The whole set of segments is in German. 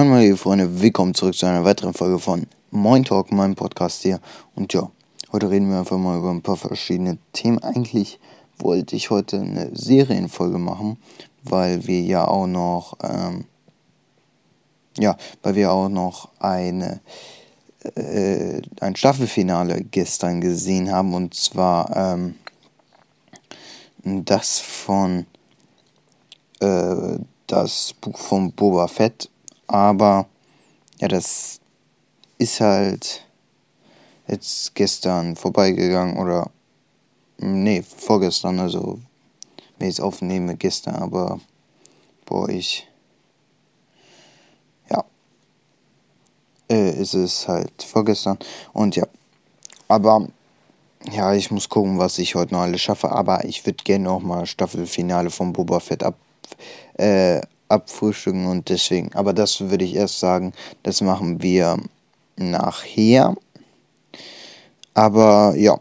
Moin meine liebe Freunde, willkommen zurück zu einer weiteren Folge von Moin Talk, meinem Podcast hier. Und ja, heute reden wir einfach mal über ein paar verschiedene Themen. Eigentlich wollte ich heute eine Serienfolge machen, weil wir ja auch noch, ein Staffelfinale gestern gesehen haben. Und zwar das Buch von Boba Fett. Aber ja, das ist halt jetzt gestern vorbeigegangen vorgestern, also wenn ich es aufnehme, gestern, aber ist es halt vorgestern und ja, aber ja, ich muss gucken, was ich heute noch alles schaffe, aber ich würde gerne noch mal Staffelfinale von Boba Fett abfrühstücken und deswegen, aber das würde ich erst sagen, das machen wir nachher. Aber ja,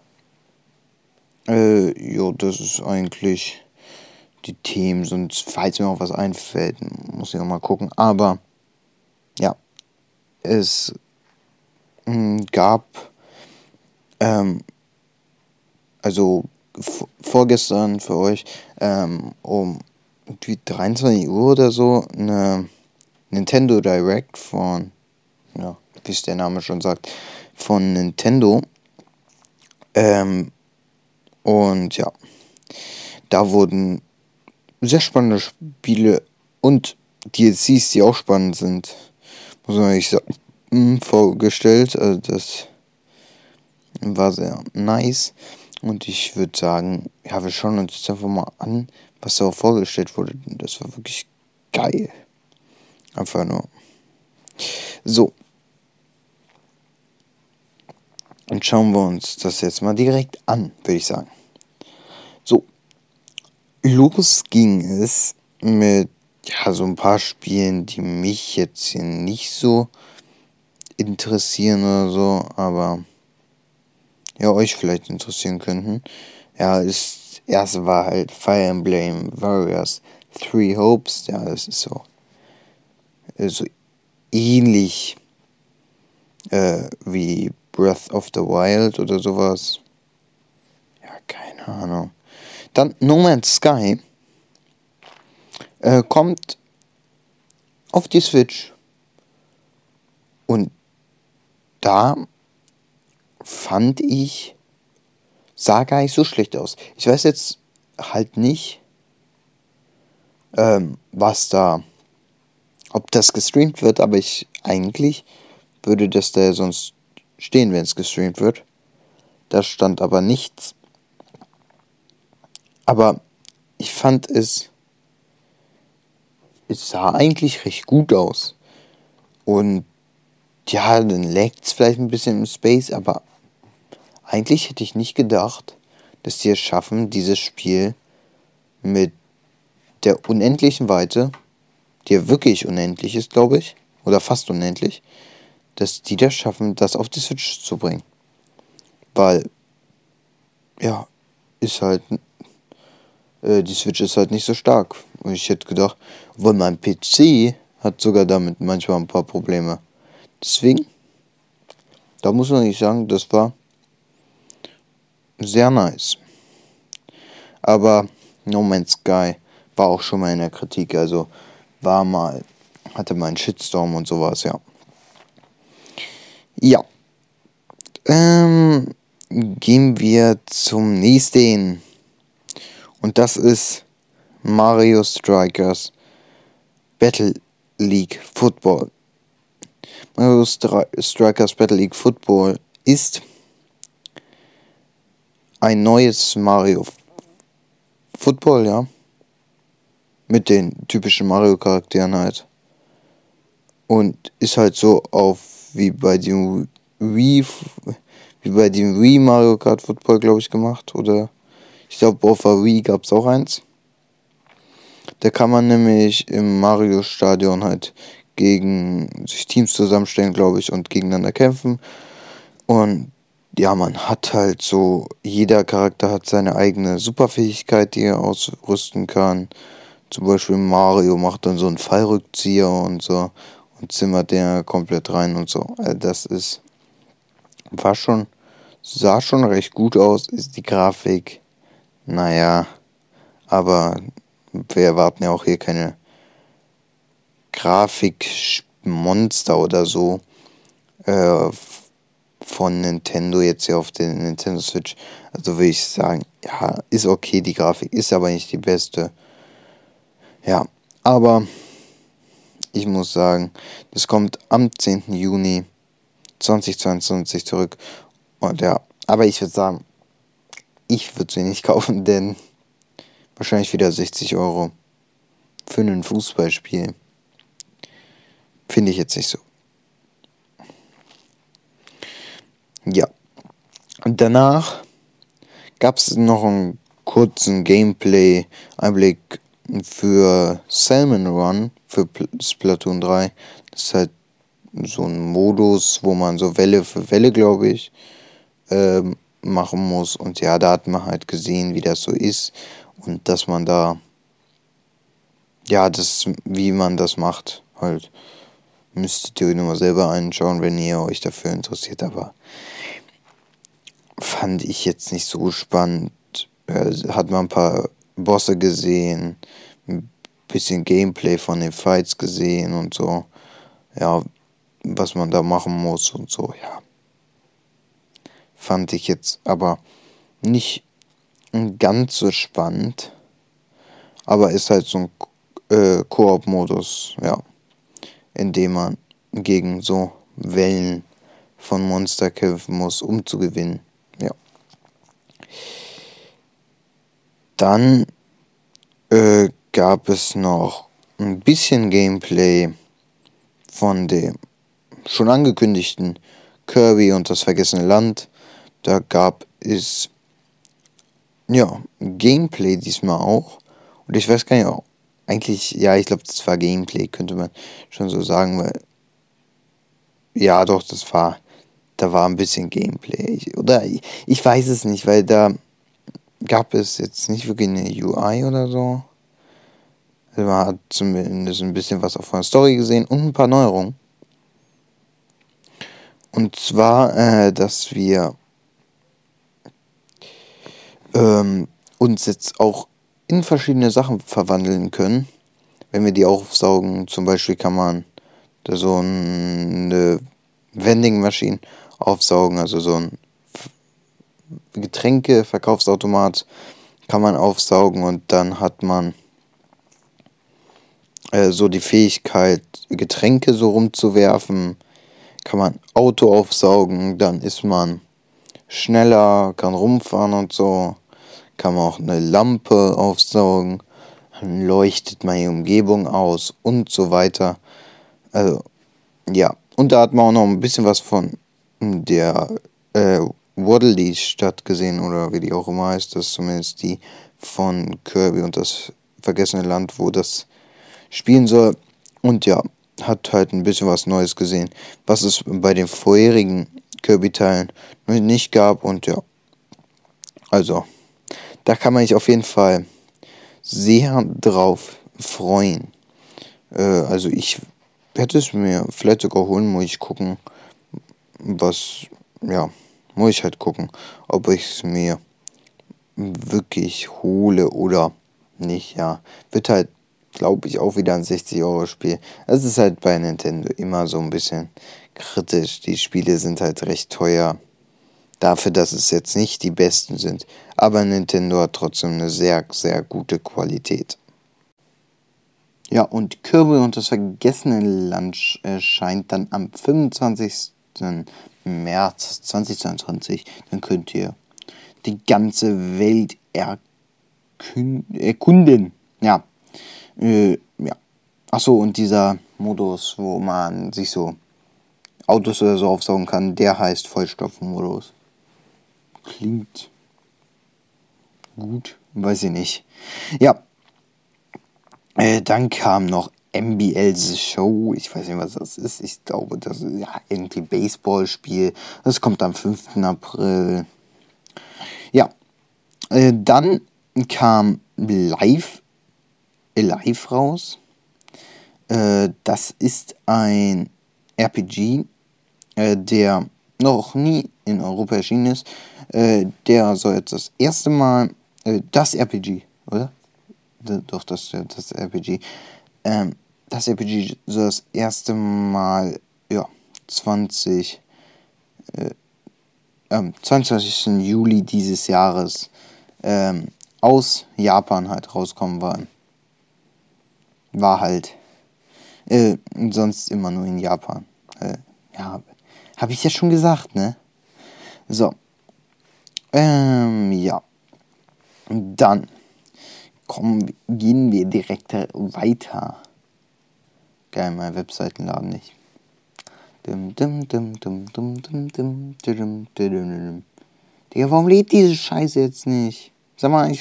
das ist eigentlich die Themen, sonst, falls mir auch was einfällt, muss ich auch mal gucken. Aber ja, es gab, vorgestern für euch, um 23 Uhr oder so, eine Nintendo Direct von, ja, wie es der Name schon sagt, von Nintendo. Und ja, da wurden sehr spannende Spiele und DLCs, die auch spannend sind, muss man ehrlich sagen, vorgestellt. Also das war sehr nice. Und ich würde sagen, ja, wir schauen uns jetzt einfach mal an, was da auch vorgestellt wurde. Das war wirklich geil. Einfach nur. So. Und schauen wir uns das jetzt mal direkt an, würde ich sagen. So. Los ging es mit so ein paar Spielen, die mich jetzt hier nicht so interessieren oder so, aber ja, euch vielleicht interessieren könnten. Ja, das erste war halt Fire Emblem Warriors 3 Hopes. Ja, das ist so ähnlich wie Breath of the Wild oder sowas. Ja, keine Ahnung. Dann No Man's Sky kommt auf die Switch. Und da fand ich, sah gar nicht so schlecht aus. Ich weiß jetzt halt nicht, ob das gestreamt wird, aber eigentlich würde das da sonst stehen, wenn es gestreamt wird. Da stand aber nichts. Aber ich fand es sah eigentlich recht gut aus. Und ja, dann laggt es vielleicht ein bisschen im Space, aber eigentlich hätte ich nicht gedacht, dass die es schaffen, dieses Spiel mit der unendlichen Weite, die ja wirklich unendlich ist, glaube ich, oder fast unendlich, dass die das schaffen, das auf die Switch zu bringen. Weil, ja, ist halt, die Switch ist halt nicht so stark. Und ich hätte gedacht, obwohl mein PC hat sogar damit manchmal ein paar Probleme. Deswegen, da muss man nicht sagen, das war sehr nice. Aber No Man's Sky war auch schon mal in der Kritik, also hatte mal einen Shitstorm und sowas, ja. Ja. Gehen wir zum nächsten. Und das ist Mario Strikers Battle League Football. Mario Strikers Battle League Football ist ein neues Mario Football, ja. Mit den typischen Mario-Charakteren halt. Und ist halt so wie bei dem Wii Mario Kart Football, glaube ich, gemacht. Oder ich glaube, auf der Wii gab es auch eins. Da kann man nämlich im Mario-Stadion halt gegen sich Teams zusammenstellen, glaube ich, und gegeneinander kämpfen. Und ja, man hat halt so, jeder Charakter hat seine eigene Superfähigkeit, die er ausrüsten kann. Zum Beispiel Mario macht dann so einen Fallrückzieher und so. und zimmert den komplett rein und so. Das sah schon recht gut aus, ist die Grafik, naja, aber wir erwarten ja auch hier keine Grafikmonster oder so von Nintendo jetzt hier auf den Nintendo Switch. Also würde ich sagen, ja, ist okay, die Grafik ist aber nicht die beste. Ja, aber ich muss sagen, das kommt am 10. Juni 2022 zurück. Und ja, aber ich würde sagen, ich würde sie nicht kaufen, denn wahrscheinlich wieder 60 Euro für ein Fußballspiel. Finde ich jetzt nicht so. Ja. Und danach gab es noch einen kurzen Gameplay-Einblick für Salmon Run für Splatoon 3. Das ist halt so ein Modus, wo man so Welle für Welle, glaube ich, machen muss. Und ja, da hat man halt gesehen, wie das so ist. Und dass man da, ja, wie man das macht, halt. Müsstet ihr nur mal selber anschauen, wenn ihr euch dafür interessiert. Aber fand ich jetzt nicht so spannend. Hat man ein paar Bosse gesehen, ein bisschen Gameplay von den Fights gesehen und so. Ja, was man da machen muss und so, ja. Fand ich jetzt aber nicht ganz so spannend. Aber ist halt so ein Koop-Modus, ja. In dem man gegen so Wellen von Monster kämpfen muss, um zu gewinnen. Ja. Dann gab es noch ein bisschen Gameplay von dem schon angekündigten Kirby und das vergessene Land. Da gab es ja Gameplay diesmal auch. Und ich weiß gar nicht, eigentlich, ja, ich glaube, das war Gameplay, könnte man schon so sagen, weil ja, doch, da war ein bisschen Gameplay. Ich weiß es nicht, weil da gab es jetzt nicht wirklich eine UI oder so. Also man hat zumindest ein bisschen was auch von der Story gesehen und ein paar Neuerungen. Und zwar, dass wir uns jetzt auch in verschiedene Sachen verwandeln können. Wenn wir die aufsaugen, zum Beispiel kann man da so eine Vending-Maschine aufsaugen, also so ein Getränke-Verkaufsautomat kann man aufsaugen und dann hat man so die Fähigkeit, Getränke so rumzuwerfen. Kann man Auto aufsaugen, dann ist man schneller, kann rumfahren und so. Kann man auch eine Lampe aufsaugen, dann leuchtet man die Umgebung aus und so weiter. Also, ja. Und da hat man auch noch ein bisschen was von der Waddle-Dee-Stadt gesehen, oder wie die auch immer heißt. Das ist zumindest die von Kirby und das vergessene Land, wo das spielen soll. Und ja, hat halt ein bisschen was Neues gesehen, was es bei den vorherigen Kirby-Teilen nicht gab. Und ja, also, da kann man sich auf jeden Fall sehr drauf freuen. Also ich werde es mir vielleicht sogar holen, muss ich gucken, muss ich halt gucken, ob ich es mir wirklich hole oder nicht, ja. Wird halt, glaube ich, auch wieder ein 60-Euro-Spiel. Es ist halt bei Nintendo immer so ein bisschen kritisch. Die Spiele sind halt recht teuer. Dafür, dass es jetzt nicht die besten sind. Aber Nintendo hat trotzdem eine sehr, sehr gute Qualität. Ja, und Kirby und das vergessene Land erscheint dann am 25. März 2022. Dann könnt ihr die ganze Welt erkunden. Ja. Ja. Achso, und dieser Modus, wo man sich so Autos oder so aufsaugen kann, der heißt Vollstoffmodus. Klingt gut, weiß ich nicht. Ja. Dann kam noch MBL The Show. Ich weiß nicht, was das ist. Ich glaube, das ist ja irgendwie Baseballspiel. Das kommt am 5. April. Ja. Dann kam Live raus. Das ist ein RPG, der noch nie in Europa erschienen ist. Der soll jetzt das erste Mal, das RPG, oder? Doch, das RPG. Das RPG soll das erste Mal, ja, 22. Juli dieses Jahres aus Japan halt rauskommen war halt sonst immer nur in Japan. Ja, habe ich ja schon gesagt, ne? So, ja. Dann gehen wir direkt weiter. Geil, mein Webseitenladen nicht. Digga, warum lädt diese Scheiße jetzt nicht? Sag mal,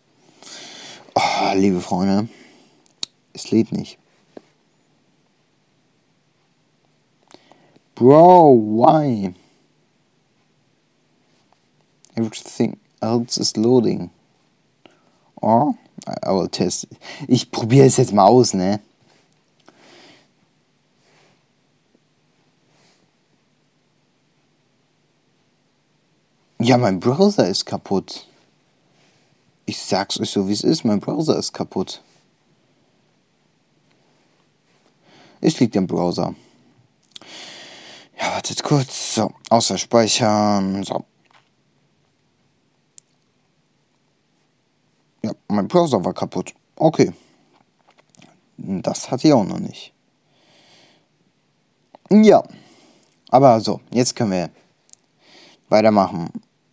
liebe Freunde, es lädt nicht. Bro, why? Everything else is loading. Oh, I will test. Ich probiere es jetzt mal aus, ne? Ja, mein Browser ist kaputt. Ich sag's euch so, wie es ist. Mein Browser ist kaputt. Es liegt am Browser. Ja, wartet kurz. So, außer speichern. So. Ja, mein Browser war kaputt. Okay. Das hatte ich auch noch nicht. Ja. Aber so, jetzt können wir weitermachen.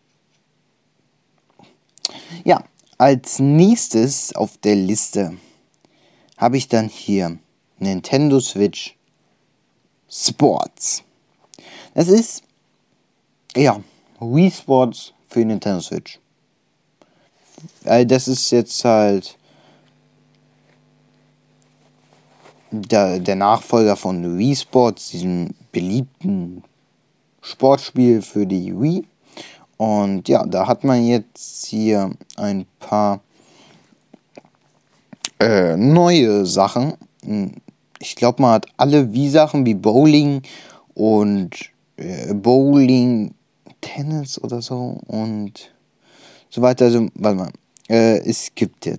Ja, als nächstes auf der Liste habe ich dann hier Nintendo Switch Sports. Das ist, ja, Wii Sports für Nintendo Switch. Das ist jetzt halt der Nachfolger von Wii Sports, diesem beliebten Sportspiel für die Wii. Und ja, da hat man jetzt hier ein paar neue Sachen. Ich glaube, man hat alle Wii-Sachen wie Bowling und Bowling, Tennis oder so und so weiter. Also, warte mal. Es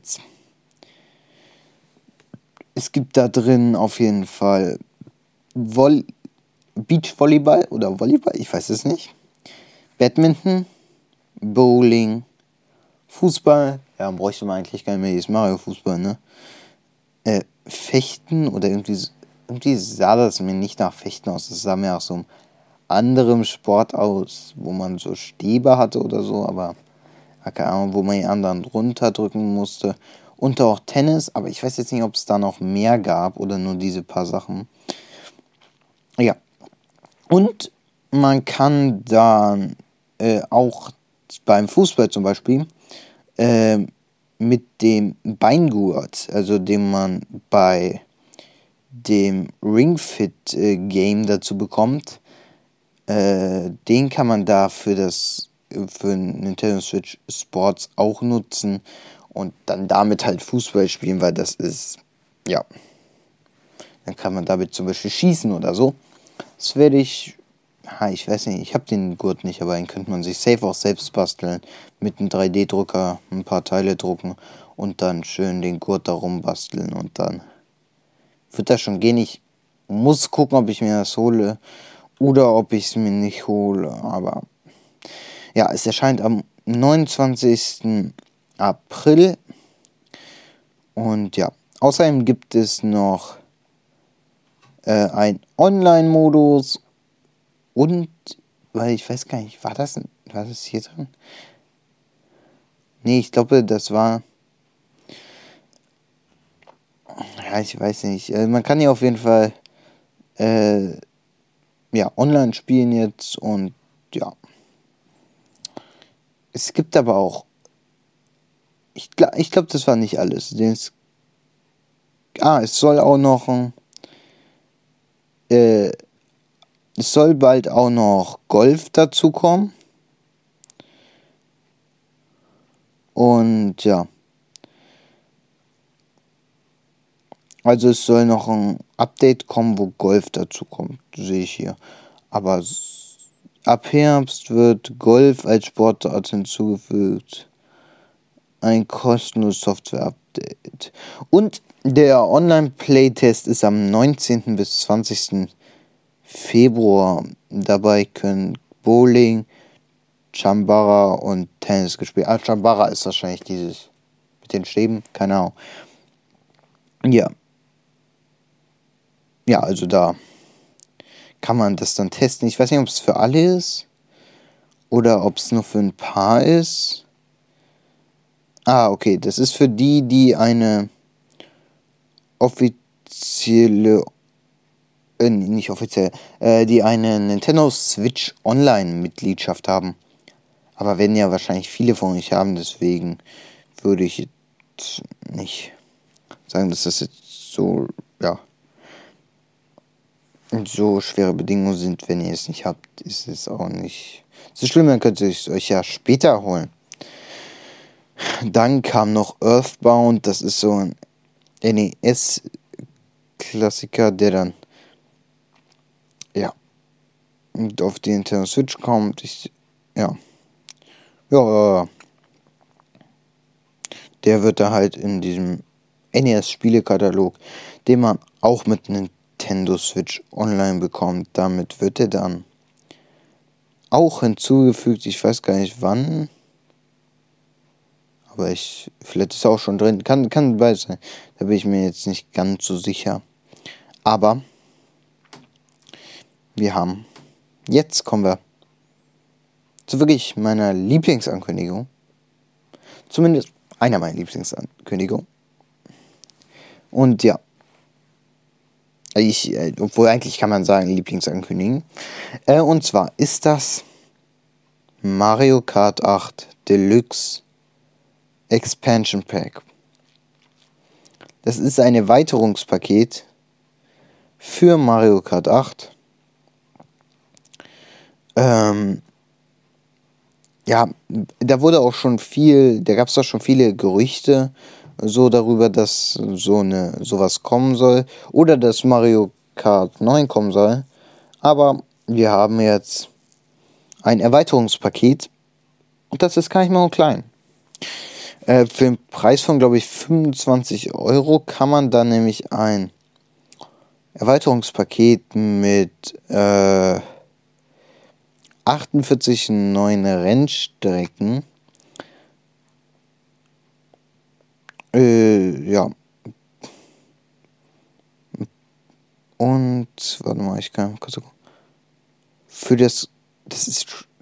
gibt da drin auf jeden Fall Beachvolleyball oder Volleyball, ich weiß es nicht. Badminton, Bowling, Fußball, ja, bräuchte man eigentlich gar nicht mehr dieses Mario-Fußball, ne? Fechten oder irgendwie sah das mir nicht nach Fechten aus. Das sah mir nach so einem anderen Sport aus, wo man so Stäbe hatte oder so, aber keine Ahnung, wo man die anderen runterdrücken musste. Und auch Tennis, aber ich weiß jetzt nicht, ob es da noch mehr gab oder nur diese paar Sachen. Ja. Und man kann dann auch beim Fußball zum Beispiel mit dem Beingurt, also den man bei dem Ring Fit Game dazu bekommt, den kann man da für Nintendo Switch Sports auch nutzen und dann damit halt Fußball spielen, weil das ist, ja, dann kann man damit zum Beispiel schießen oder so. Das werde ich weiß nicht, ich habe den Gurt nicht, aber den könnte man sich safe auch selbst basteln. Mit einem 3D-Drucker ein paar Teile drucken und dann schön den Gurt darum basteln und dann wird das schon gehen. Ich muss gucken, ob ich mir das hole oder ob ich es mir nicht hole, aber ja, es erscheint am 29. April und ja, außerdem gibt es noch einen Online-Modus und, weil ich weiß gar nicht, war das hier drin? Nee, ich glaube, das war, ja, ich weiß nicht. Man kann ja auf jeden Fall, ja, online spielen jetzt und ja. Es gibt aber auch, ich glaube, das war nicht alles. Es soll auch noch es soll bald auch noch Golf dazu kommen. Und ja. Also es soll noch ein Update kommen, wo Golf dazu kommt, sehe ich hier. Aber ab Herbst wird Golf als Sportart hinzugefügt. Ein kostenloses Software-Update. Und der Online-Playtest ist am 19. bis 20. Februar. Dabei können Bowling, Chambara und Tennis gespielt. Chambara ist wahrscheinlich dieses mit den Stäben, keine Ahnung. Ja. Ja, also da kann man das dann testen. Ich weiß nicht, ob es für alle ist oder ob es nur für ein paar ist. Okay, das ist für die eine offizielle, nicht offiziell, die eine Nintendo Switch Online-Mitgliedschaft haben. Aber werden ja wahrscheinlich viele von euch haben, deswegen würde ich jetzt nicht sagen, dass das jetzt so, so schwere Bedingungen sind. Wenn ihr es nicht habt, ist es auch nicht so schlimm, dann könnt ihr es euch ja später holen. Dann kam noch Earthbound, das ist so ein NES-Klassiker, der dann auf die Nintendo Switch kommt. Der wird da halt in diesem NES-Spielekatalog, den man auch mit Nintendo Switch Online bekommt. Damit wird er dann auch hinzugefügt. Ich weiß gar nicht wann. Aber vielleicht ist er auch schon drin. Kann beides sein. Da bin ich mir jetzt nicht ganz so sicher. Aber jetzt kommen wir zu wirklich meiner Lieblingsankündigung. Zumindest einer meiner Lieblingsankündigungen. Und ja, obwohl eigentlich kann man sagen Lieblingsankündigen. Und zwar ist das Mario Kart 8 Deluxe Expansion Pack. Das ist ein Erweiterungspaket für Mario Kart 8. Da wurde auch schon da gab es auch schon viele Gerüchte so darüber, dass sowas kommen soll oder dass Mario Kart 9 kommen soll. Aber wir haben jetzt ein Erweiterungspaket und das ist gar nicht mal so klein. Für den Preis von, glaube ich, 25 € kann man dann nämlich ein Erweiterungspaket mit 48 neuen Rennstrecken. Und, warte mal, ich kann kurz gucken. Das ist,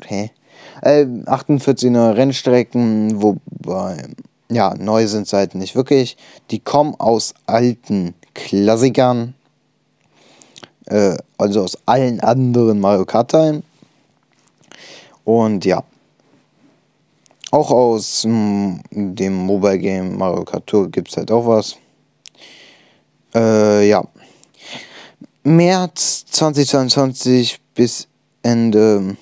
48 neue Rennstrecken, wobei, neu sind sie halt nicht wirklich. Die kommen aus alten Klassikern, also aus allen anderen Mario Kart Teilen. Und auch aus dem Mobile Game Mario Kart Tour gibt es halt auch was. März 2022 bis Ende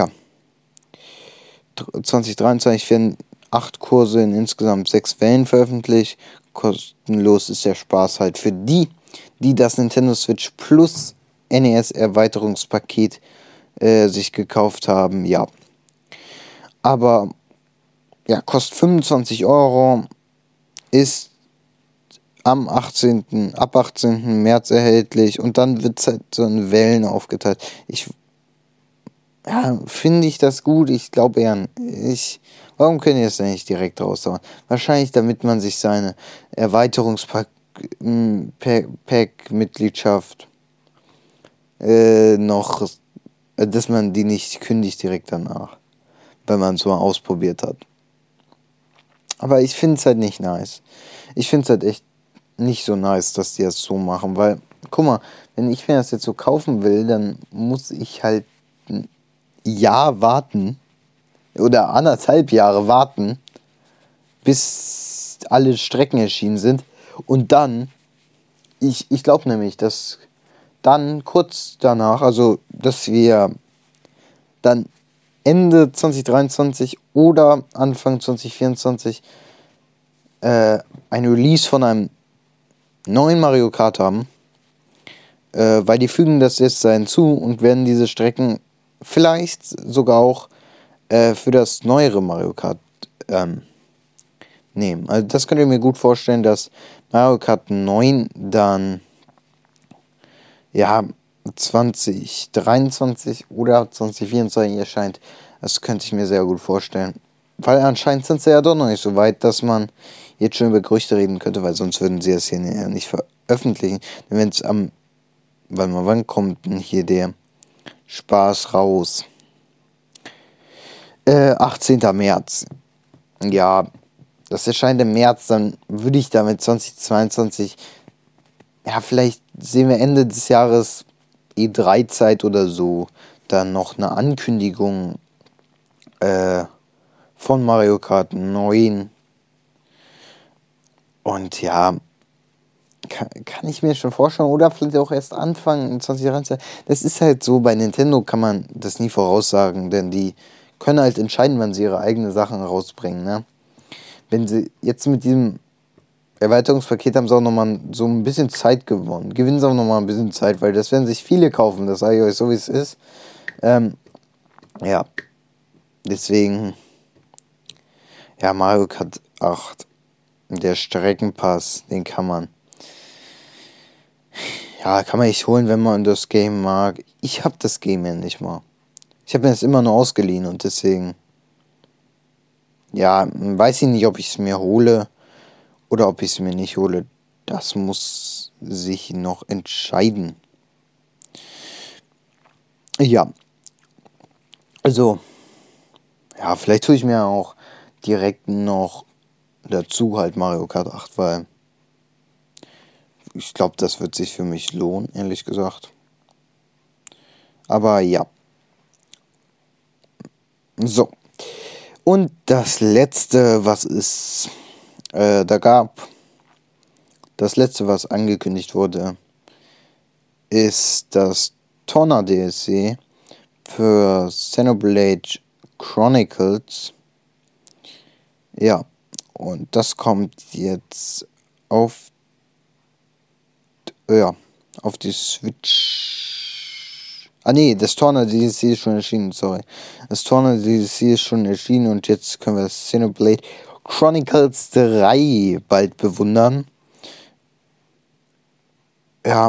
2023 werden 8 Kurse in insgesamt 6 Wellen veröffentlicht. Kostenlos ist der Spaß halt für die das Nintendo Switch Plus NES Erweiterungspaket sich gekauft haben. Aber kostet 25 €, ist ab 18. März erhältlich und dann wird es halt so in Wellen aufgeteilt. Finde ich das gut? Ich glaube eher warum können die das denn nicht direkt raushauen? Wahrscheinlich, damit man sich seine Erweiterungspack-Mitgliedschaft dass man die nicht kündigt direkt danach, wenn man es mal ausprobiert hat. Aber ich finde es halt nicht nice. Ich finde es halt echt nicht so nice, dass die das so machen, weil, guck mal, wenn ich mir das jetzt so kaufen will, dann muss ich halt ein Jahr warten oder 1,5 Jahre warten, bis alle Strecken erschienen sind und dann, ich glaube nämlich, dass dann kurz danach, also dass wir dann Ende 2023 oder Anfang 2024 ein Release von einem neuen Mario Kart haben, weil die fügen das jetzt hinzu und werden diese Strecken vielleicht sogar auch für das neuere Mario Kart nehmen. Also das könnt ihr mir gut vorstellen, dass Mario Kart 9 dann 2023 oder 2024 erscheint. Das könnte ich mir sehr gut vorstellen. Weil anscheinend sind sie ja doch noch nicht so weit, dass man jetzt schon über Gerüchte reden könnte, weil sonst würden sie es hier nicht veröffentlichen. Wenn es wann kommt denn hier der Spaß raus? 18. März. Ja, das erscheint im März, dann würde ich damit 2022, vielleicht sehen wir Ende des Jahres E3-Zeit oder so, dann noch eine Ankündigung von Mario Kart 9. Und ja, kann ich mir schon vorstellen, oder vielleicht auch erst Anfang in 2023. Das ist halt so, bei Nintendo kann man das nie voraussagen, denn die können halt entscheiden, wann sie ihre eigenen Sachen rausbringen, ne? Wenn sie jetzt mit diesem Erweiterungspaket haben sie auch nochmal so ein bisschen Zeit gewonnen. Gewinnen sie auch nochmal ein bisschen Zeit, weil das werden sich viele kaufen, das sage ich euch so, wie es ist. Deswegen, Mario Kart 8, der Streckenpass, den kann man nicht holen, wenn man das Game mag. Ich habe das Game ja nicht mal. Ich habe mir das immer nur ausgeliehen und deswegen, weiß ich nicht, ob ich es mir hole oder ob ich es mir nicht hole. Das muss sich noch entscheiden. Ja. Also, vielleicht tue ich mir auch direkt noch dazu halt Mario Kart 8, weil ich glaube, das wird sich für mich lohnen, ehrlich gesagt. Aber ja. So. Und das letzte, was es das letzte, was angekündigt wurde, ist das Torna DLC für Xenoblade Chronicles. Ja, und das kommt jetzt auf die Switch. Das Torna DLC ist schon erschienen, sorry. Das Torna DLC ist schon erschienen und jetzt können wir Xenoblade Chronicles 3 bald bewundern. Ja.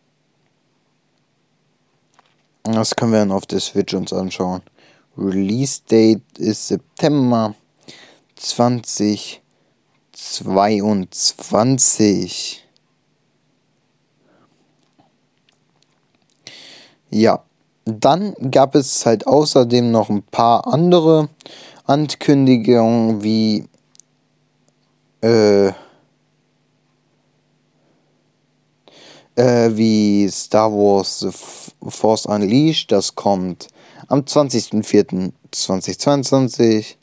Das können wir dann auf der Switch uns anschauen. Release Date ist September 2022. Ja, dann gab es halt außerdem noch ein paar andere Ankündigungen wie Star Wars The Force Unleashed. Das kommt am 20.04.2022.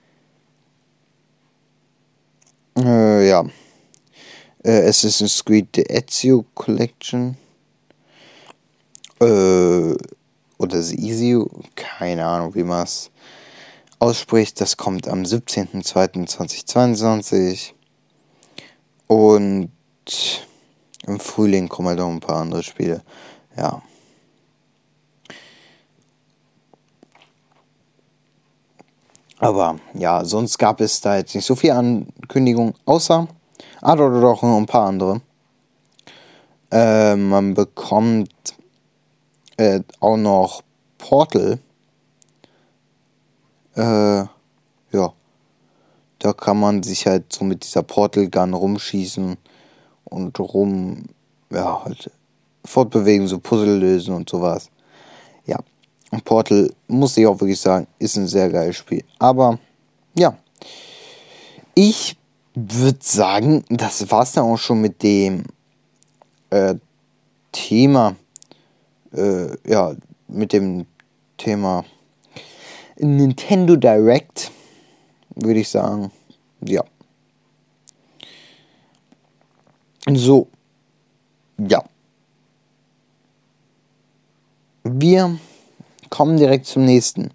Assassin's Creed The Ezio Collection. Oder The Ezio, keine Ahnung, wie man es ausspricht. Das kommt am 17.02.2022. Und im Frühling kommen halt noch ein paar andere Spiele. Ja. Aber sonst gab es da jetzt nicht so viel Ankündigungen, außer doch noch ein paar andere. Man bekommt auch noch Portal. Da kann man sich halt so mit dieser Portal Gun rumschießen und halt fortbewegen, so Puzzle lösen und sowas. Ja, und Portal, muss ich auch wirklich sagen, ist ein sehr geiles Spiel. Aber, ich würde sagen, das war's dann auch schon mit dem Thema, mit dem Thema Nintendo Direct, würde ich sagen. Ja. So. Ja. Wir kommen direkt zum nächsten.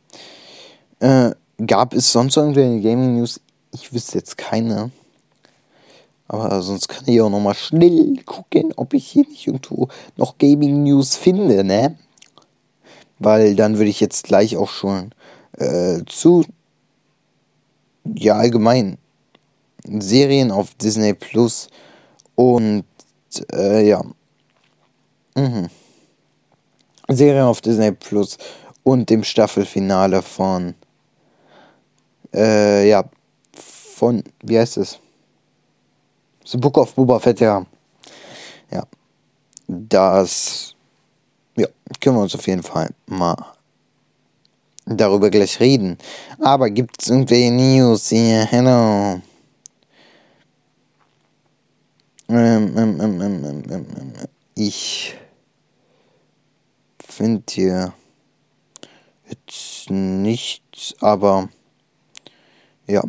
Gab es sonst irgendwelche Gaming News? Ich wüsste jetzt keine. Aber sonst kann ich auch nochmal schnell gucken, ob ich hier nicht irgendwo noch Gaming News finde, ne? Weil dann würde ich jetzt gleich auch schon zu, ja, allgemein Serien auf Disney Plus und, ja. Serien auf Disney Plus und dem Staffelfinale von, ja, von, wie heißt es? The Book of Boba Fett, ja. Ja, das, ja, können wir uns auf jeden Fall mal darüber gleich reden. Aber gibt es irgendwelche News hier? Hello. Ich finde hier jetzt nichts, aber ja.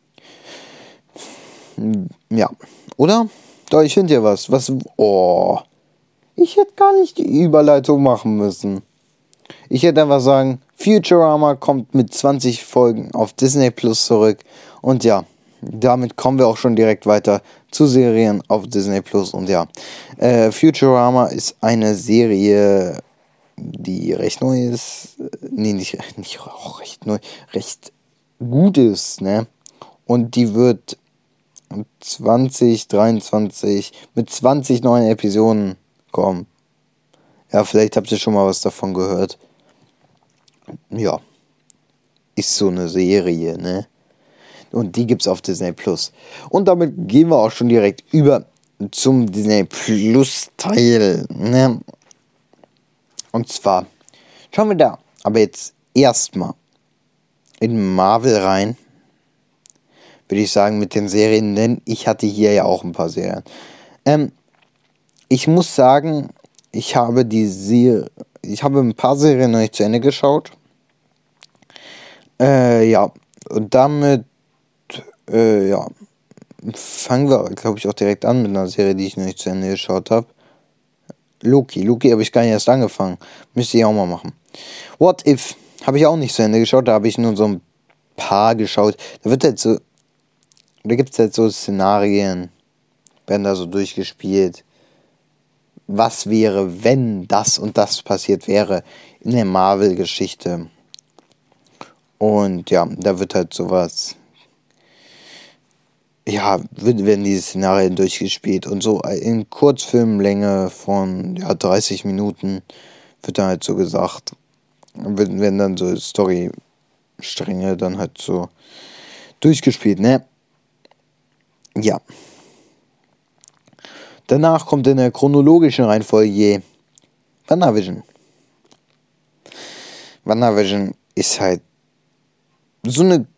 Ja. Oder? Doch, ich finde hier was. Oh. Ich hätte gar nicht die Überleitung machen müssen. Ich hätte einfach sagen, Futurama kommt mit 20 Folgen auf Disney Plus zurück. Und ja, damit kommen wir auch schon direkt weiter zu Serien auf Disney Plus. Und ja, Futurama ist eine Serie, die recht neu ist. Nee, nicht auch recht neu, recht gut ist, ne? Und die wird 2023 mit 20 neuen Episoden kommen. Ja, vielleicht habt ihr schon mal was davon gehört. Ja, ist so eine Serie, ne? Und die gibt's auf Disney Plus. Und damit gehen wir auch schon direkt über zum Disney Plus Teil, ne? Und zwar schauen wir da aber jetzt erstmal in Marvel rein. Würde ich sagen, mit den Serien, denn ich hatte hier ja auch ein paar Serien. Ich muss sagen, ich habe ein paar Serien noch nicht zu Ende geschaut. Ja, und damit, ja, fangen wir, glaube ich, auch direkt an mit einer Serie, die ich noch nicht zu Ende geschaut habe. Loki habe ich gar nicht erst angefangen. Müsste ich auch mal machen. What If habe ich auch nicht zu Ende geschaut, da habe ich nur so ein paar geschaut. Da gibt es halt so Szenarien, werden da so durchgespielt. Was wäre, wenn das und das passiert wäre in der Marvel-Geschichte. Und ja, da wird halt sowas, ja, werden diese Szenarien durchgespielt. Und so in Kurzfilmlänge von 30 Minuten wird dann halt so gesagt, werden dann so Storystränge dann halt so durchgespielt, ne? Ja. Danach kommt in der chronologischen Reihenfolge WandaVision. WandaVision ist halt so eine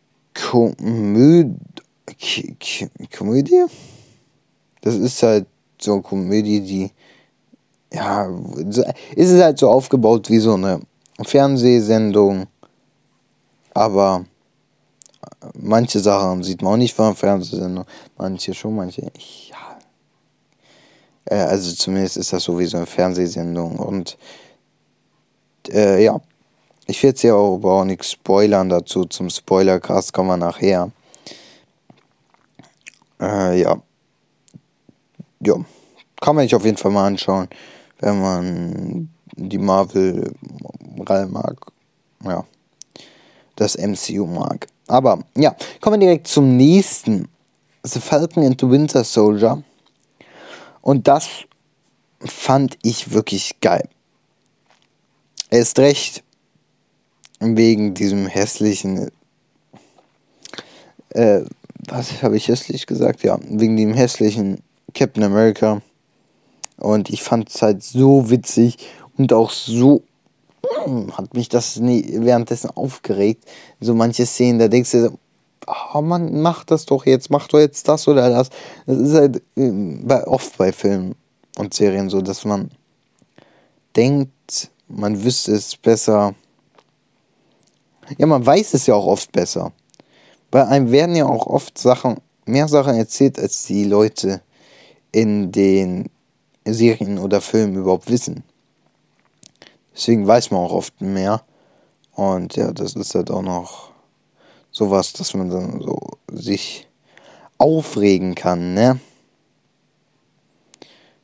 Komödie? Das ist halt so eine Komödie, die, ja, ist es halt so aufgebaut wie so eine Fernsehsendung, aber manche Sachen sieht man auch nicht von der Fernsehsendung, manche schon, manche nicht, ja. Also zumindest ist das so wie so eine Fernsehsendung und ja, ich will jetzt ja auch nichts spoilern dazu, zum Spoilercast kommen wir nachher. Ja. Ja, kann man sich auf jeden Fall mal anschauen, wenn man die Marvel-Reihe mag. Ja, das MCU mag. Aber ja, kommen wir direkt zum nächsten. The Falcon and the Winter Soldier. Und das fand ich wirklich geil. Erst recht wegen diesem hässlichen, was habe ich hässlich gesagt? Ja, wegen dem hässlichen Captain America. Und ich fand es halt so witzig und auch so hat mich das währenddessen aufgeregt. So manche Szenen, da denkst du, oh Mann, mach doch jetzt das oder das. Das ist halt oft bei Filmen und Serien so, dass man denkt, man wüsste es besser. Ja, man weiß es ja auch oft besser. Bei einem werden ja auch oft mehr Sachen erzählt, als die Leute in den Serien oder Filmen überhaupt wissen. Deswegen weiß man auch oft mehr. Und ja, das ist halt auch noch sowas, dass man dann so sich aufregen kann, ne?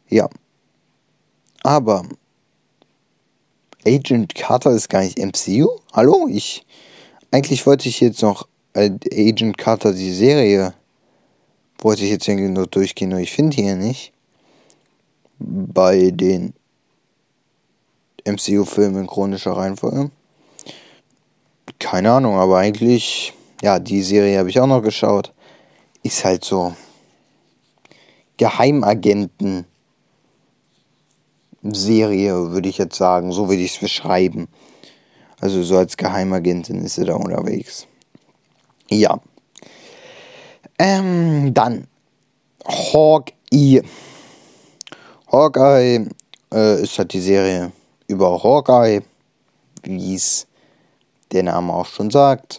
Ja. Aber Agent Carter ist gar nicht MCU? Hallo? Eigentlich wollte ich jetzt noch Agent Carter, die Serie, wollte ich jetzt irgendwie nur durchgehen, nur ich finde hier nicht. Bei den MCU-Filmen in chronischer Reihenfolge. Keine Ahnung, aber eigentlich, ja, die Serie habe ich auch noch geschaut. Ist halt so Geheimagenten-Serie, würde ich jetzt sagen. So würde ich es beschreiben. Also so als Geheimagentin ist sie da unterwegs. Ja. Dann Hawkeye. Hawkeye ist halt die Serie über Hawkeye, wie es der Name auch schon sagt.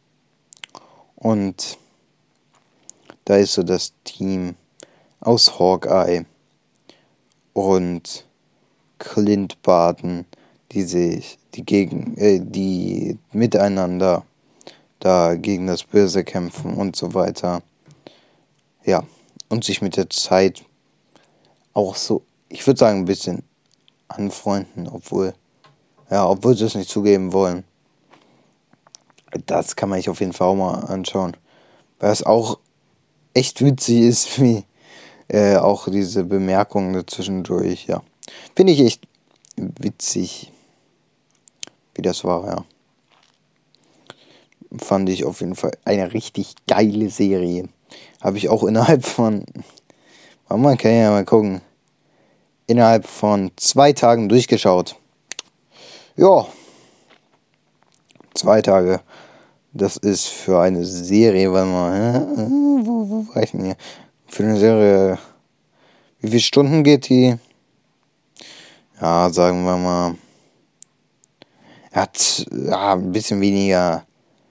Und da ist so das Team aus Hawkeye und Clint Barton, die miteinander da gegen das Böse kämpfen und so weiter. Ja, und sich mit der Zeit auch so, ich würde sagen, ein bisschen anfreunden, obwohl sie es nicht zugeben wollen. Das kann man sich auf jeden Fall auch mal anschauen. Weil es auch echt witzig ist, wie auch diese Bemerkungen dazwischendurch, ja. Finde ich echt witzig, wie das war, ja. Fand ich auf jeden Fall eine richtig geile Serie. Habe ich auch innerhalb von, man kann ja mal gucken, innerhalb von 2 Tagen durchgeschaut. Ja, 2 Tage. Das ist für eine Serie, weil man, wo war ich denn hier? Für eine Serie, wie viele Stunden geht die? Ja, sagen wir mal, hat ein bisschen weniger,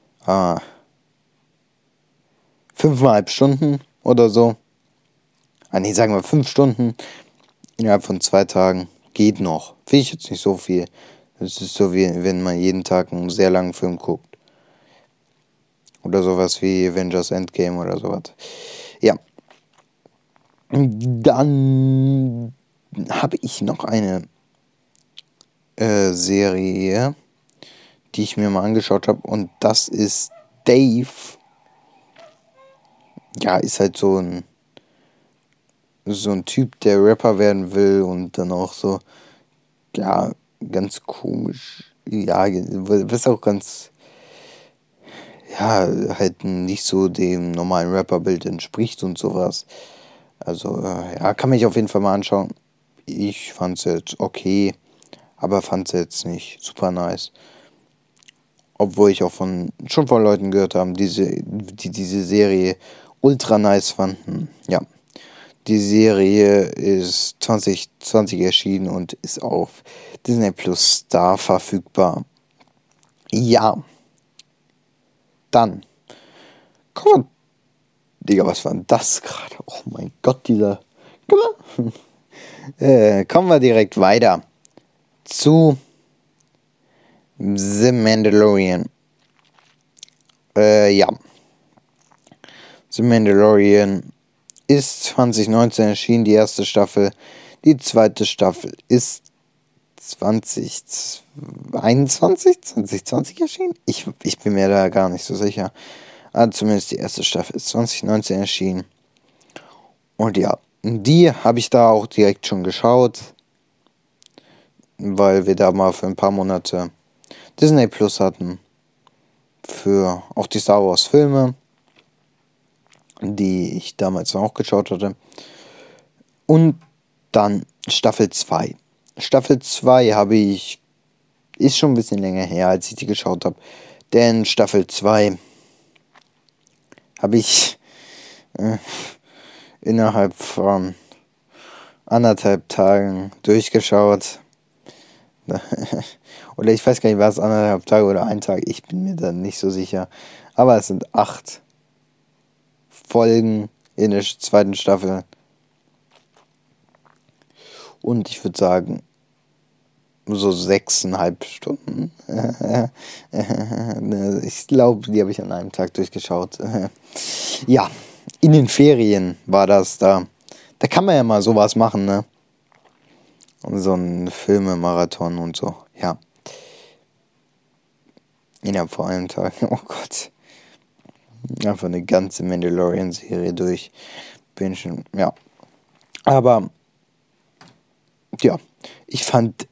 5,5 Stunden oder so. Nee, sagen wir 5 Stunden innerhalb von 2 Tagen. Geht noch. Finde ich jetzt nicht so viel. Das ist so, wie wenn man jeden Tag einen sehr langen Film guckt. Oder sowas wie Avengers Endgame oder sowas. Ja. Dann habe ich noch eine Serie, die ich mir mal angeschaut habe. Und das ist Dave. Ja, ist halt so ein Typ, der Rapper werden will und dann auch so, ja, ganz komisch. Ja, was auch ganz, ja, halt nicht so dem normalen Rapperbild entspricht und sowas. Also, ja, kann man sich auf jeden Fall mal anschauen. Ich fand's jetzt okay, aber fand's jetzt nicht super nice. Obwohl ich auch schon von Leuten gehört habe, die diese Serie ultra nice fanden. Ja, die Serie ist 2020 erschienen und ist auf Disney Plus Star verfügbar. Ja. Dann. Komm, Digga, was war denn das gerade? Oh mein Gott, dieser. Kommen wir direkt weiter zu The Mandalorian. Ja. The Mandalorian ist 2019 erschienen, die erste Staffel. Die zweite Staffel ist 2020 erschienen? Ich bin mir da gar nicht so sicher. Aber zumindest die erste Staffel ist 2019 erschienen. Und ja, die habe ich da auch direkt schon geschaut. Weil wir da mal für ein paar Monate Disney Plus hatten. Für auch die Star Wars Filme, die ich damals auch geschaut hatte. Und dann Staffel 2. Staffel 2 ist schon ein bisschen länger her, als ich die geschaut habe. Denn Staffel 2 habe ich innerhalb von 1,5 Tagen durchgeschaut. Oder ich weiß gar nicht, war es 1,5 Tage oder 1 Tag, ich bin mir da nicht so sicher. Aber es sind 8 Folgen in der zweiten Staffel. Und ich würde sagen, so 6,5 Stunden. Ich glaube, die habe ich an einem Tag durchgeschaut. Ja, in den Ferien war das da. Da kann man ja mal sowas machen, ne? so ein Filmemarathon und so, ja. Innerhalb vor einem Tag, oh Gott. Einfach eine ganze Mandalorian-Serie durch bingen, ja. Aber, ja, ich fand's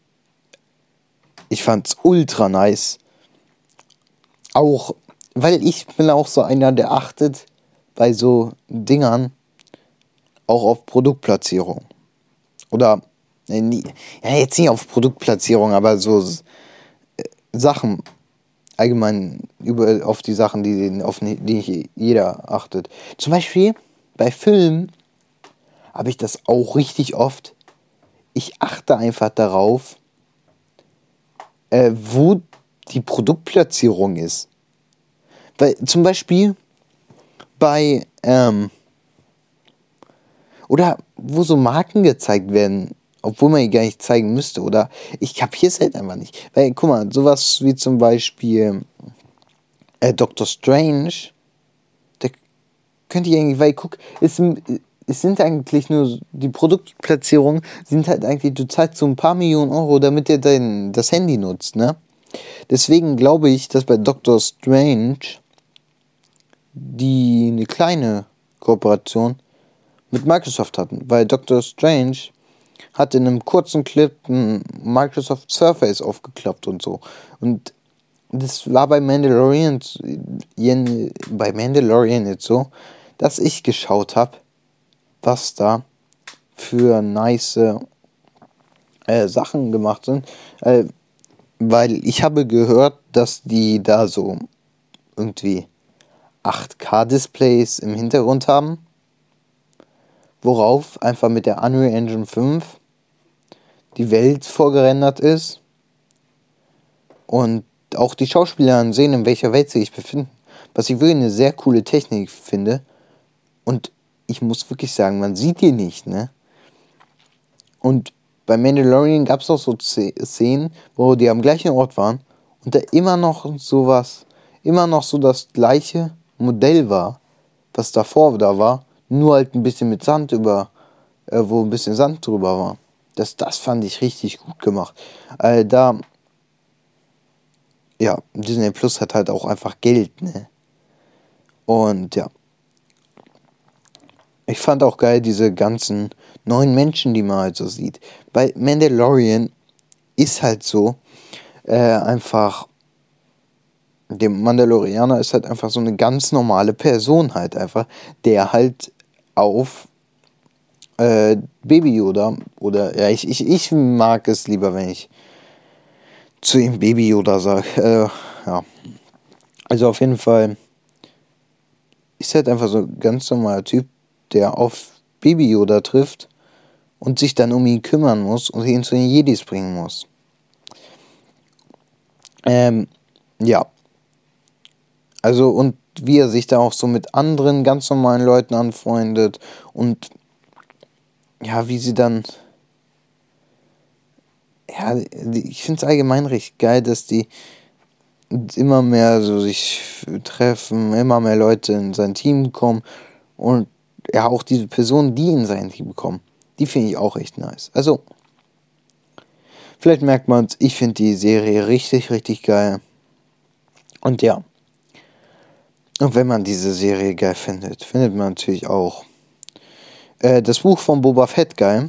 ultra nice. Auch, weil ich bin auch so einer, der achtet bei so Dingern auch auf Produktplatzierung. Oder, ja, jetzt nicht auf Produktplatzierung, aber so Sachen, allgemein auf die Sachen, auf die nicht jeder achtet. Zum Beispiel bei Filmen habe ich das auch richtig oft. Ich achte einfach darauf, wo die Produktplatzierung ist. Weil zum Beispiel bei, oder wo so Marken gezeigt werden, obwohl man die gar nicht zeigen müsste. Oder ich kapiere es halt einfach nicht. Weil, guck mal, sowas wie zum Beispiel Doctor Strange, da könnte ich eigentlich, weil guck, es sind eigentlich nur, die Produktplatzierungen sind halt eigentlich, du zahlst so ein paar Millionen Euro, damit ihr das Handy nutzt, ne? Deswegen glaube ich, dass bei Doctor Strange die eine kleine Kooperation mit Microsoft hatten, weil Doctor Strange hat in einem kurzen Clip ein Microsoft Surface aufgeklappt und so. Und das war bei Mandalorian jetzt so, dass ich geschaut habe, was da für nice Sachen gemacht sind. Weil ich habe gehört, dass die da so irgendwie 8K-Displays im Hintergrund haben, worauf einfach mit der Unreal Engine 5 die Welt vorgerendert ist und auch die Schauspieler sehen, in welcher Welt sie sich befinden. Was ich wirklich eine sehr coole Technik finde. Und ich muss wirklich sagen, man sieht die nicht, ne? Und bei Mandalorian gab es auch so Szenen, wo die am gleichen Ort waren und da immer noch so das gleiche Modell war, was davor da war, nur halt ein bisschen mit Sand wo ein bisschen Sand drüber war. Das fand ich richtig gut gemacht. Disney Plus hat halt auch einfach Geld, ne? Und ja. Ich fand auch geil diese ganzen neuen Menschen, die man halt so sieht. Bei Mandalorian ist halt so, einfach, der Mandalorianer ist halt einfach so eine ganz normale Person halt einfach, der halt auf Baby Yoda oder, ja, ich mag es lieber, wenn ich zu ihm Baby Yoda sage. Ja. Also auf jeden Fall ist halt einfach so ein ganz normaler Typ, der auf Baby Yoda trifft und sich dann um ihn kümmern muss und ihn zu den Jedis bringen muss. Ja. Also, und wie er sich da auch so mit anderen ganz normalen Leuten anfreundet und ja, wie sie dann, ja, ich finde es allgemein recht geil, dass die immer mehr so sich treffen, immer mehr Leute in sein Team kommen und ja, auch diese Personen, die in sein Team kommen, die finde ich auch echt nice. Also, vielleicht merkt man es, ich finde die Serie richtig, richtig geil. Und ja, und wenn man diese Serie geil findet, findet man natürlich auch das Buch von Boba Fett geil.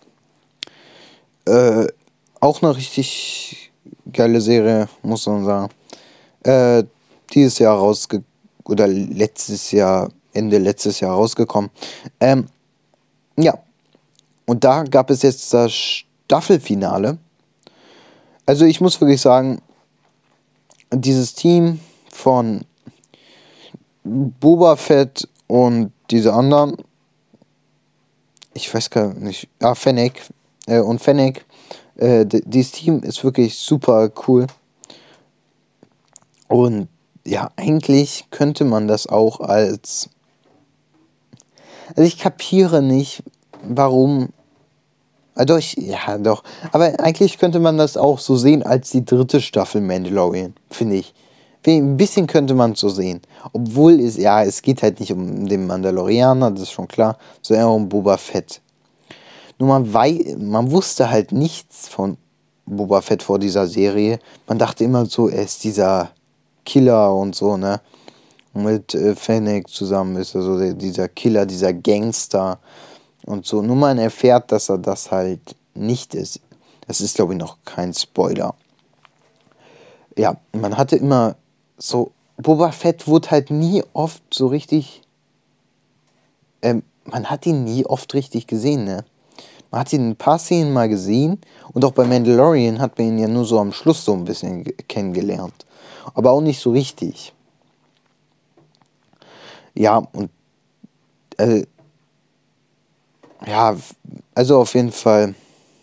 Auch eine richtig geile Serie, muss man sagen. Dieses Jahr oder Ende letztes Jahr rausgekommen. Ja, und da gab es jetzt das Staffelfinale. Also ich muss wirklich sagen, dieses Team von Boba Fett und diese anderen, ich weiß gar nicht, Fennec und Fennec, dieses Team ist wirklich super cool. Und ja, eigentlich könnte man das auch also ich kapiere nicht, warum, doch, aber eigentlich könnte man das auch so sehen als die 3. Staffel Mandalorian, finde ich. Ein bisschen könnte man es so sehen. Obwohl es geht halt nicht um den Mandalorianer, das ist schon klar, sondern eher um Boba Fett. Nur man wusste halt nichts von Boba Fett vor dieser Serie. Man dachte immer so, er ist dieser Killer und so, ne? Und mit Fennec zusammen ist er so dieser Killer, dieser Gangster und so. Nur man erfährt, dass er das halt nicht ist. Das ist, glaube ich, noch kein Spoiler. Ja, man hatte immer so, Boba Fett wurde halt nie oft so richtig, man hat ihn nie oft richtig gesehen, ne? Man hat ihn in ein paar Szenen mal gesehen und auch bei Mandalorian hat man ihn ja nur so am Schluss so ein bisschen kennengelernt. Aber auch nicht so richtig. Ja, und ja, also auf jeden Fall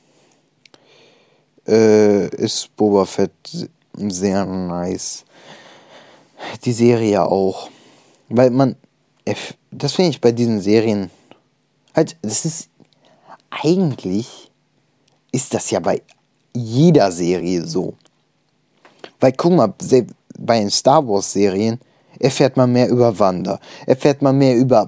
ist Boba Fett sehr nice. Die Serie auch. Weil das finde ich bei diesen Serien halt, eigentlich ist das ja bei jeder Serie so. Weil guck mal, bei den Star Wars Serien erfährt man mehr über Wanda, erfährt man mehr über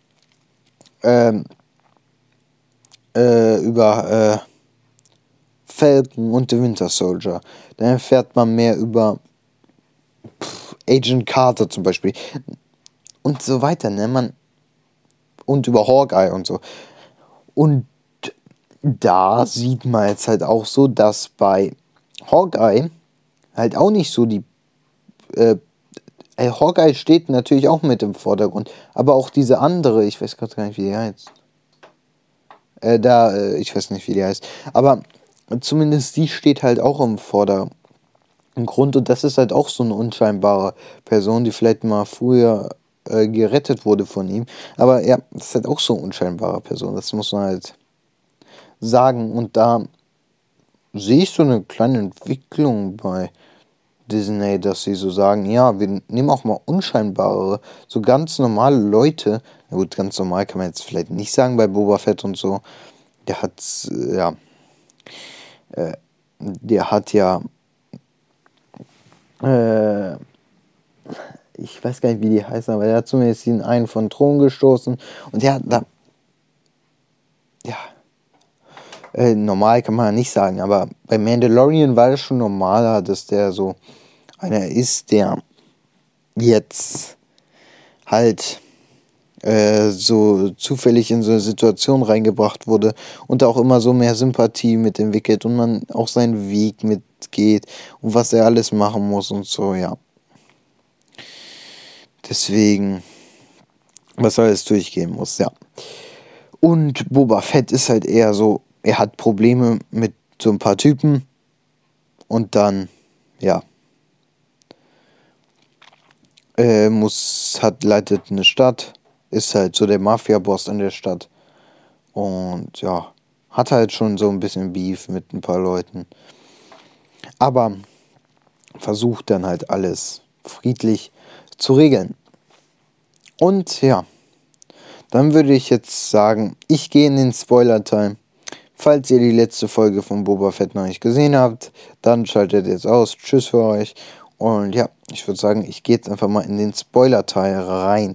Falcon und The Winter Soldier. Dann erfährt man mehr über Agent Carter zum Beispiel und so weiter, ne? Und über Hawkeye und so. Und da sieht man jetzt halt auch so, dass bei Hawkeye halt auch nicht so die Hawkeye steht natürlich auch mit im Vordergrund, aber auch diese andere, ich weiß gerade gar nicht, wie die heißt. Ich weiß nicht, wie die heißt, aber zumindest die steht halt auch im Vordergrund und das ist halt auch so eine unscheinbare Person, die vielleicht mal früher gerettet wurde von ihm, aber ja, das ist halt auch so eine unscheinbare Person, das muss man halt sagen und da sehe ich so eine kleine Entwicklung bei Disney, dass sie so sagen, ja, wir nehmen auch mal unscheinbare, so ganz normale Leute. Na gut, ganz normal kann man jetzt vielleicht nicht sagen bei Boba Fett und so. Der hat, ich weiß gar nicht, wie die heißen, aber der hat zumindest den einen von Thron gestoßen und der hat da, normal kann man ja nicht sagen, aber bei Mandalorian war das schon normaler, dass der so einer ist, der jetzt halt so zufällig in so eine Situation reingebracht wurde und auch immer so mehr Sympathie mit entwickelt und man auch seinen Weg mitgeht und was er alles machen muss und so, ja. Deswegen, was er alles durchgehen muss, ja. Und Boba Fett ist halt eher so, er hat Probleme mit so ein paar Typen und dann, ja, leitet eine Stadt, ist halt so der Mafia-Boss in der Stadt und ja, hat halt schon so ein bisschen Beef mit ein paar Leuten, aber versucht dann halt alles friedlich zu regeln. Und ja, dann würde ich jetzt sagen, ich gehe in den Spoiler-Time. Falls ihr die letzte Folge von Boba Fett noch nicht gesehen habt, dann schaltet jetzt aus. Tschüss für euch. Und ja, ich würde sagen, ich gehe jetzt einfach mal in den Spoiler-Teil rein.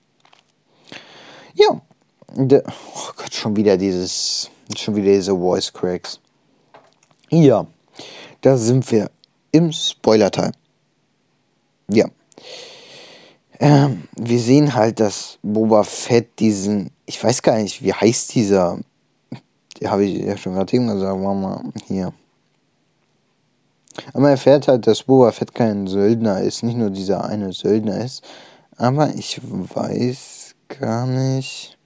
Ja, oh Gott, schon wieder diese Voice Cracks. Ja, da sind wir im Spoiler-Teil. Ja. Wir sehen halt, dass Boba Fett ich weiß gar nicht, wie heißt dieser, habe ich ja schon gerade eben gesagt, machen wir mal hier. Aber man erfährt halt, dass Boba Fett kein Söldner ist, nicht nur dieser eine Söldner ist, aber ich weiß gar nicht.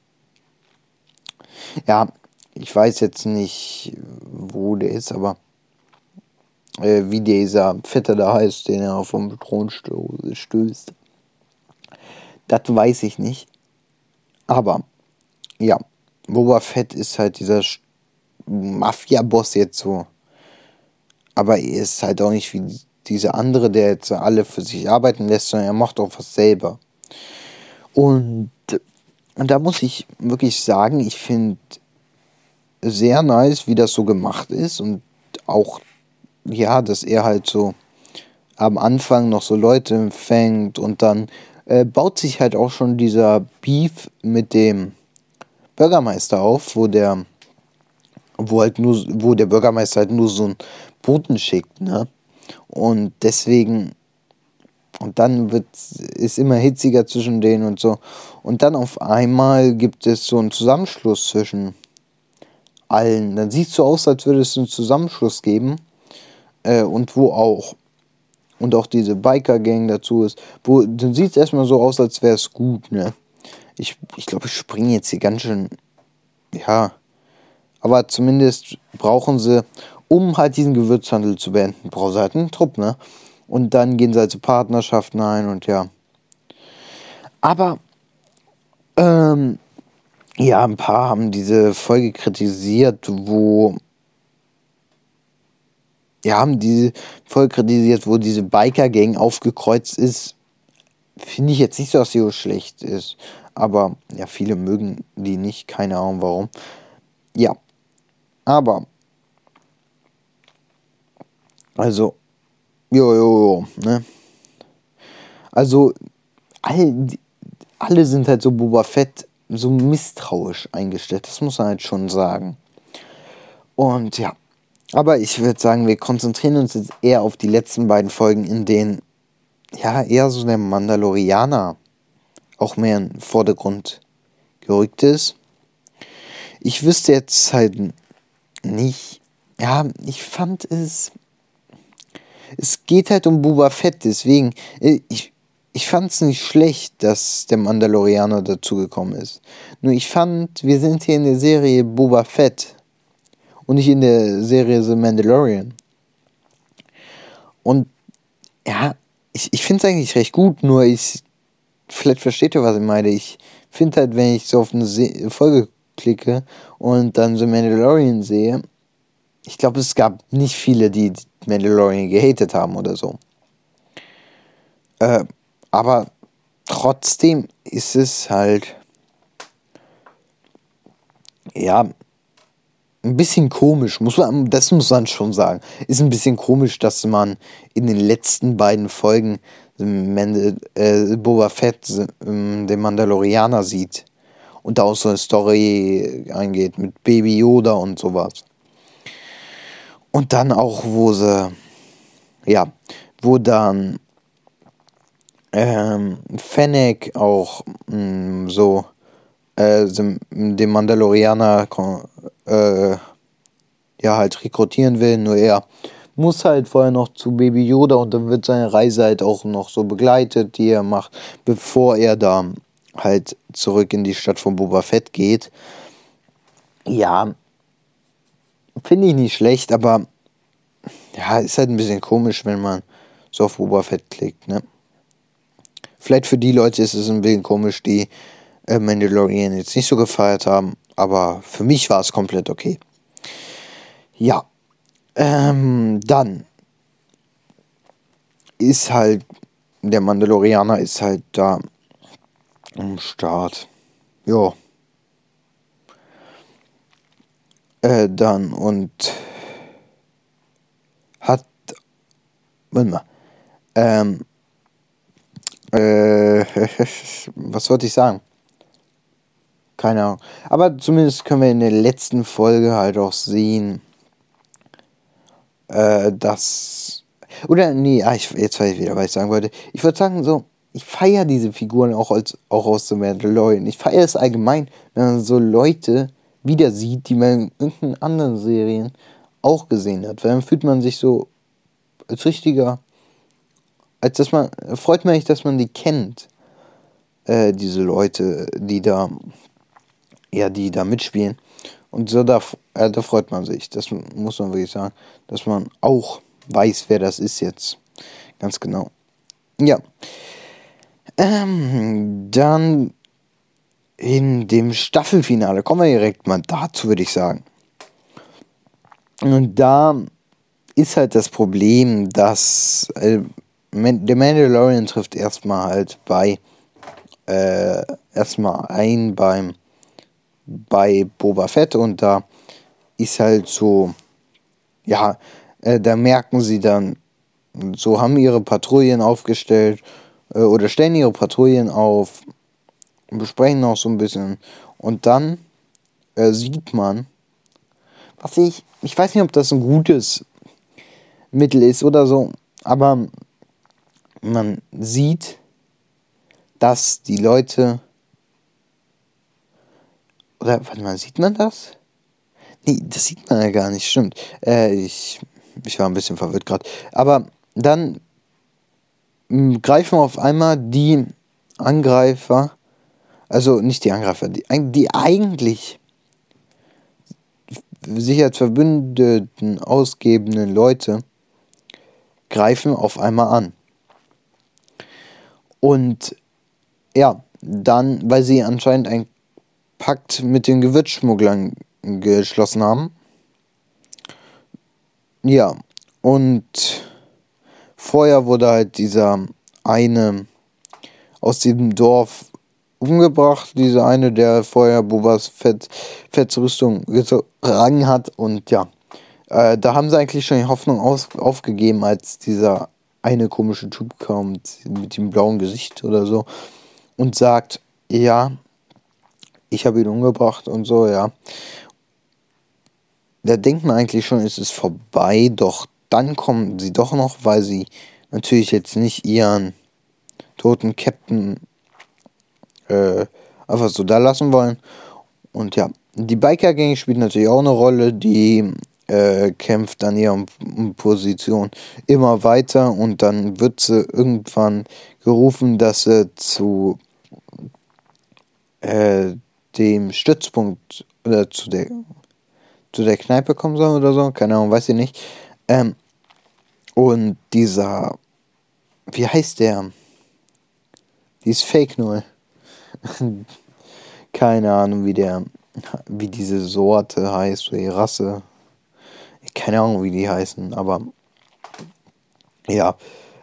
Ja, ich weiß jetzt nicht, wo der ist, aber wie dieser Vetter da heißt, den er vom Thron stößt. Das weiß ich nicht. Aber, ja, Boba Fett ist halt dieser Mafia-Boss jetzt so. Aber er ist halt auch nicht wie dieser andere, der jetzt alle für sich arbeiten lässt, sondern er macht auch was selber. Und da muss ich wirklich sagen, ich finde sehr nice, wie das so gemacht ist. Und auch, ja, dass er halt so am Anfang noch so Leute fängt und dann baut sich halt auch schon dieser Beef mit dem Bürgermeister auf, wo der wo der Bürgermeister halt nur so einen Boten schickt, ne? Und deswegen, und dann ist immer hitziger zwischen denen und so. Und dann auf einmal gibt es so einen Zusammenschluss zwischen allen. Dann sieht es so aus, als würde es einen Zusammenschluss geben. Und auch diese Biker-Gang dazu ist. Dann sieht es erstmal so aus, als wäre es gut, ne? Ich glaube, ich springe jetzt hier ganz schön, ja. Aber zumindest brauchen sie, um halt diesen Gewürzhandel zu beenden, brauchen sie halt einen Trupp, ne? Und dann gehen sie halt zu Partnerschaften ein und ja. Aber, ja, ein paar haben diese Folge kritisiert, wo diese Biker-Gang aufgekreuzt ist. Finde ich jetzt nicht so, dass sie so schlecht ist. Aber, ja, viele mögen die nicht, keine Ahnung warum. Ja, aber, also, ne? Also, alle sind halt so Boba Fett so misstrauisch eingestellt, das muss man halt schon sagen. Und ja, aber ich würde sagen, wir konzentrieren uns jetzt eher auf die letzten beiden Folgen, in denen ja eher so der Mandalorianer auch mehr in den Vordergrund gerückt ist. Ich wüsste jetzt halt nicht, ja, ich fand es geht halt um Boba Fett, deswegen, ich fand es nicht schlecht, dass der Mandalorianer dazugekommen ist. Nur ich fand, wir sind hier in der Serie Boba Fett und nicht in der Serie The Mandalorian. Und ja, ich finde es eigentlich recht gut, nur vielleicht versteht ihr, was ich meine. Ich finde halt, wenn ich so auf eine Folge klicke und dann The Mandalorian sehe, ich glaube, es gab nicht viele, die Mandalorian gehatet haben oder so. Aber trotzdem ist es halt, ja, ein bisschen komisch, das muss man schon sagen. Ist ein bisschen komisch, dass man in den letzten beiden Folgen Boba Fett, den Mandalorianer sieht. Und da auch so eine Story eingeht mit Baby Yoda und sowas. Und dann auch, wo dann Fennec auch den Mandalorianer halt rekrutieren will, nur er muss halt vorher noch zu Baby Yoda und dann wird seine Reise halt auch noch so begleitet, die er macht, bevor er da halt zurück in die Stadt von Boba Fett geht. Ja, finde ich nicht schlecht, aber ja, ist halt ein bisschen komisch, wenn man so auf Boba Fett klickt, ne? Vielleicht für die Leute ist es ein bisschen komisch, die Mandalorian jetzt nicht so gefeiert haben, aber für mich war es komplett okay. Ja, dann ist halt, der Mandalorianer ist halt da am Start. Jo. Dann und hat, warte mal, was wollte ich sagen? Keine Ahnung. Aber zumindest können wir in der letzten Folge halt auch sehen, dass. Oder, nee, jetzt weiß ich wieder, was ich sagen wollte. Ich würde sagen, so, ich feiere diese Figuren auch aus The Mandalorian. Ich feiere es allgemein, wenn man so Leute wieder sieht, die man in irgendeinen anderen Serien auch gesehen hat. Weil dann fühlt man sich so als richtiger, freut mich, dass man die kennt. Diese Leute, die da mitspielen. Und so da freut man sich. Das muss man wirklich sagen, dass man auch weiß, wer das ist jetzt. Ganz genau. Ja. Dann in dem Staffelfinale kommen wir direkt mal dazu, würde ich sagen. Und da ist halt das Problem, dass der Mandalorian trifft erstmal halt bei Boba Fett und da ist halt so, ja, da merken sie dann, so haben ihre Patrouillen aufgestellt oder stellen ihre Patrouillen auf, besprechen auch so ein bisschen und dann sieht man, ich weiß nicht, ob das ein gutes Mittel ist oder so, aber man sieht, dass die Leute, oder warte mal, sieht man das? Nee, das sieht man ja gar nicht, stimmt. Ich war ein bisschen verwirrt gerade. Aber dann greifen auf einmal die Angreifer, also nicht die Angreifer, die eigentlich sich als Verbündeten ausgebenden Leute greifen auf einmal an. Und ja, dann, weil sie anscheinend einen Pakt mit den Gewürzschmugglern geschlossen haben. Ja, und vorher wurde halt dieser eine aus diesem Dorf umgebracht, dieser eine, der vorher Bobas Fetts Rüstung getragen hat. Und ja, da haben sie eigentlich schon die Hoffnung aufgegeben, als dieser eine komische Typ kommt mit dem blauen Gesicht oder so und sagt, ja, ich habe ihn umgebracht und so, ja. Da denkt man eigentlich schon, es ist vorbei, doch dann kommen sie doch noch, weil sie natürlich jetzt nicht ihren toten Captain einfach so da lassen wollen. Und ja, die Biker-Gang spielt natürlich auch eine Rolle, die kämpft an ihrer Position immer weiter und dann wird sie irgendwann gerufen, dass sie zu dem Stützpunkt oder zu der Kneipe kommen soll oder so, keine Ahnung, weiß ich nicht. Und dieser, wie heißt der? Die ist Fake Null. Keine Ahnung, wie diese Sorte heißt, oder die Rasse. Keine Ahnung, wie die heißen, aber ja.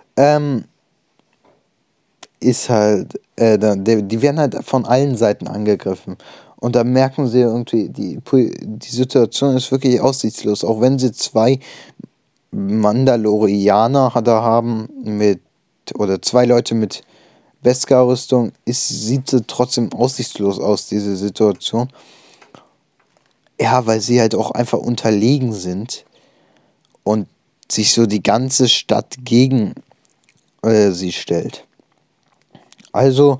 Ist halt, die werden halt von allen Seiten angegriffen. Und da merken sie irgendwie, die Situation ist wirklich aussichtslos. Auch wenn sie 2 Mandalorianer da haben, oder 2 Leute mit Beskar-Rüstung, sieht sie trotzdem aussichtslos aus, diese Situation. Ja, weil sie halt auch einfach unterlegen sind und sich so die ganze Stadt gegen sie stellt. Also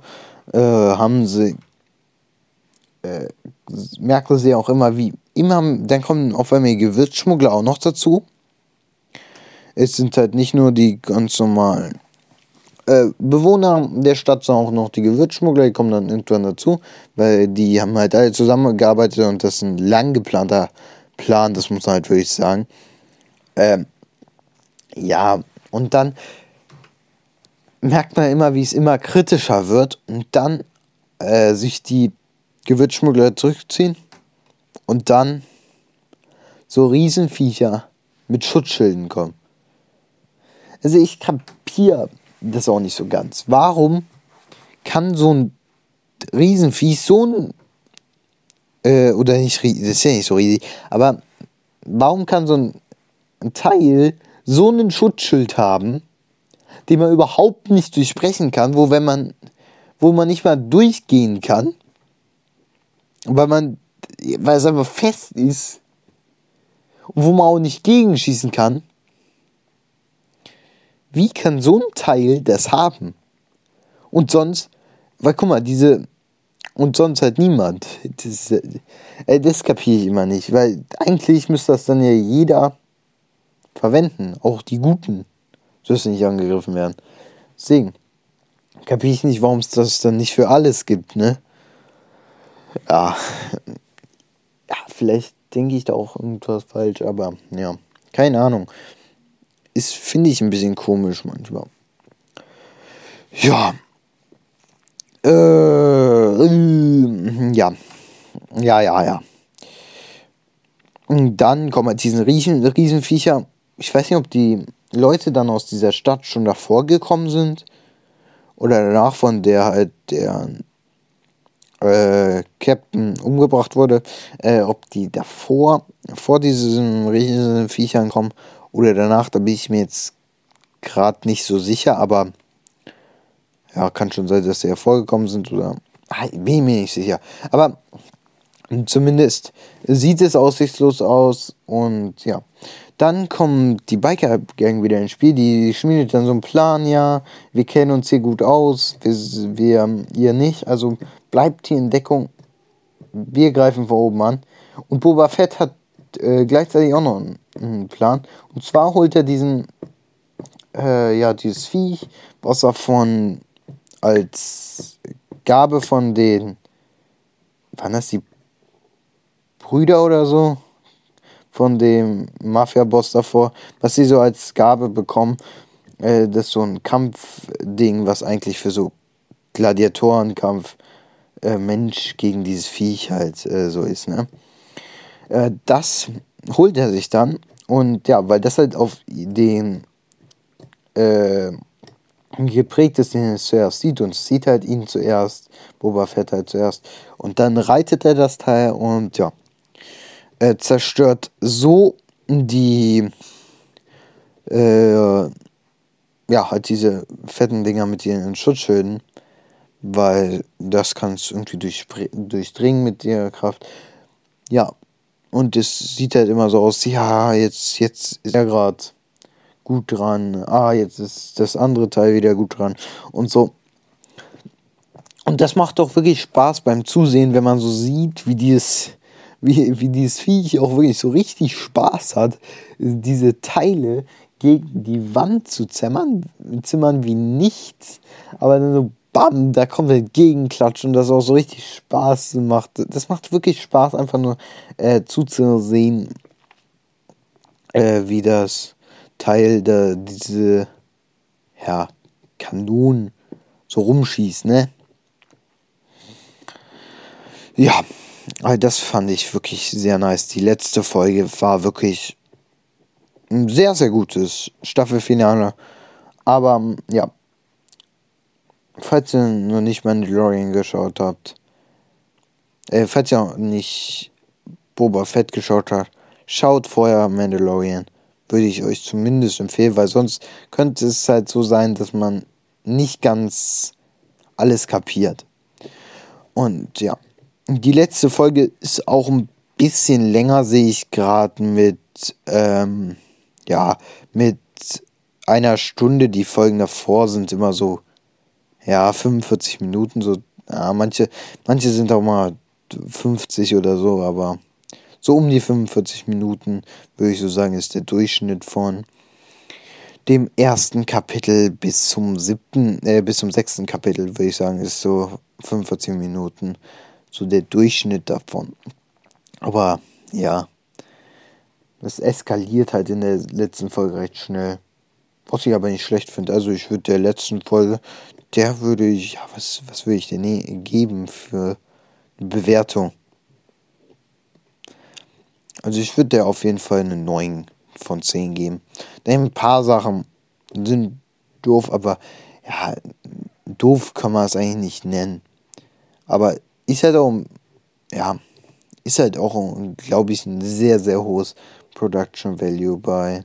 merken sie auch immer, dann kommen auf einmal die Gewürzschmuggler auch noch dazu. Es sind halt nicht nur die ganz normalen Bewohner der Stadt, sondern auch noch die Gewürzschmuggler, die kommen dann irgendwann dazu, weil die haben halt alle zusammengearbeitet und das ist ein lang geplanter Plan, das muss man halt wirklich sagen. Ja, und dann merkt man immer, wie es immer kritischer wird und dann sich die Gewürzschmuggler zurückziehen und dann so Riesenviecher mit Schutzschilden kommen. Also ich kapiere das auch nicht so ganz. Warum kann so ein Riesenviech oder nicht riesig, das ist ja nicht so riesig, aber warum kann so ein Teil so einen Schutzschild haben, den man überhaupt nicht durchbrechen kann, wo man nicht mal durchgehen kann, weil es einfach fest ist und wo man auch nicht gegenschießen kann. Wie kann so ein Teil das haben? Und sonst, weil guck mal, und sonst halt niemand. Das kapiere ich immer nicht, weil eigentlich müsste das dann ja jeder verwenden, auch die Guten, sodass sie nicht angegriffen werden. Deswegen kapiere ich nicht, warum es das dann nicht für alles gibt, ne? Ja, vielleicht denke ich da auch irgendwas falsch, aber ja, keine Ahnung. Finde ich ein bisschen komisch manchmal. Ja. Ja. Und dann kommen halt diese Riesenviecher. Ich weiß nicht, ob die Leute dann aus dieser Stadt schon davor gekommen sind. Oder danach, von der halt der Captain umgebracht wurde. Ob die vor diesen Riesenviechern kommen oder danach, da bin ich mir jetzt gerade nicht so sicher, aber ja, kann schon sein, dass sie hervorgekommen sind oder bin ich mir nicht sicher. Aber Zumindest sieht es aussichtslos aus und ja. Dann kommt die Biker-Gang wieder ins Spiel, die schmiedet dann so einen Plan, ja, wir kennen uns hier gut aus, ihr nicht, also bleibt hier in Deckung, wir greifen von oben an. Und Boba Fett hat gleichzeitig auch noch einen Plan, und zwar holt er dieses Viech, was er als Gabe von den, waren das die Brüder oder so, von dem Mafia-Boss davor, was sie so als Gabe bekommen. Das ist so ein Kampfding, was eigentlich für so Gladiatorenkampf, Mensch gegen dieses Viech halt so ist, ne? Das holt er sich dann, und ja, weil das halt auf den geprägt ist, den er zuerst sieht, und sieht halt ihn zuerst, Boba Fett halt zuerst, und dann reitet er das Teil und ja, zerstört so die halt diese fetten Dinger mit ihren Schutzschilden, weil das kann es irgendwie durchdringen mit ihrer Kraft. Ja, und es sieht halt immer so aus, ja, jetzt ist er gerade gut dran, jetzt ist das andere Teil wieder gut dran und so. Und das macht doch wirklich Spaß beim Zusehen, wenn man so sieht, wie dieses Viech auch wirklich so richtig Spaß hat, diese Teile gegen die Wand zu zimmern wie nichts, aber dann so bam, da kommt der Gegenklatsch, und das auch so richtig Spaß macht. Das macht wirklich Spaß, einfach nur zuzusehen, wie das Teil diese Kanonen so rumschießt, ne? Ja, also das fand ich wirklich sehr nice. Die letzte Folge war wirklich ein sehr, sehr gutes Staffelfinale. Aber ja, falls ihr noch nicht Mandalorian geschaut habt, falls ihr noch nicht Boba Fett geschaut habt, schaut vorher Mandalorian. Würde ich euch zumindest empfehlen, weil sonst könnte es halt so sein, dass man nicht ganz alles kapiert. Und ja, die letzte Folge ist auch ein bisschen länger, sehe ich gerade, mit einer Stunde. Die Folgen davor sind immer so 45 Minuten, so, manche sind auch mal 50 oder so, aber so um die 45 Minuten, würde ich so sagen, ist der Durchschnitt von dem ersten Kapitel bis zum 6. Kapitel, würde ich sagen, ist so 45 Minuten, so der Durchschnitt davon. Aber ja, das eskaliert halt in der letzten Folge recht schnell. Was ich aber nicht schlecht finde. Also ich würde der letzten Folge, was würde ich denn geben für eine Bewertung? Also ich würde der auf jeden Fall eine 9 von 10 geben. Denn ein paar Sachen sind doof, aber ja, doof kann man es eigentlich nicht nennen. Aber ist halt auch, glaube ich, ein sehr, sehr hohes Production Value bei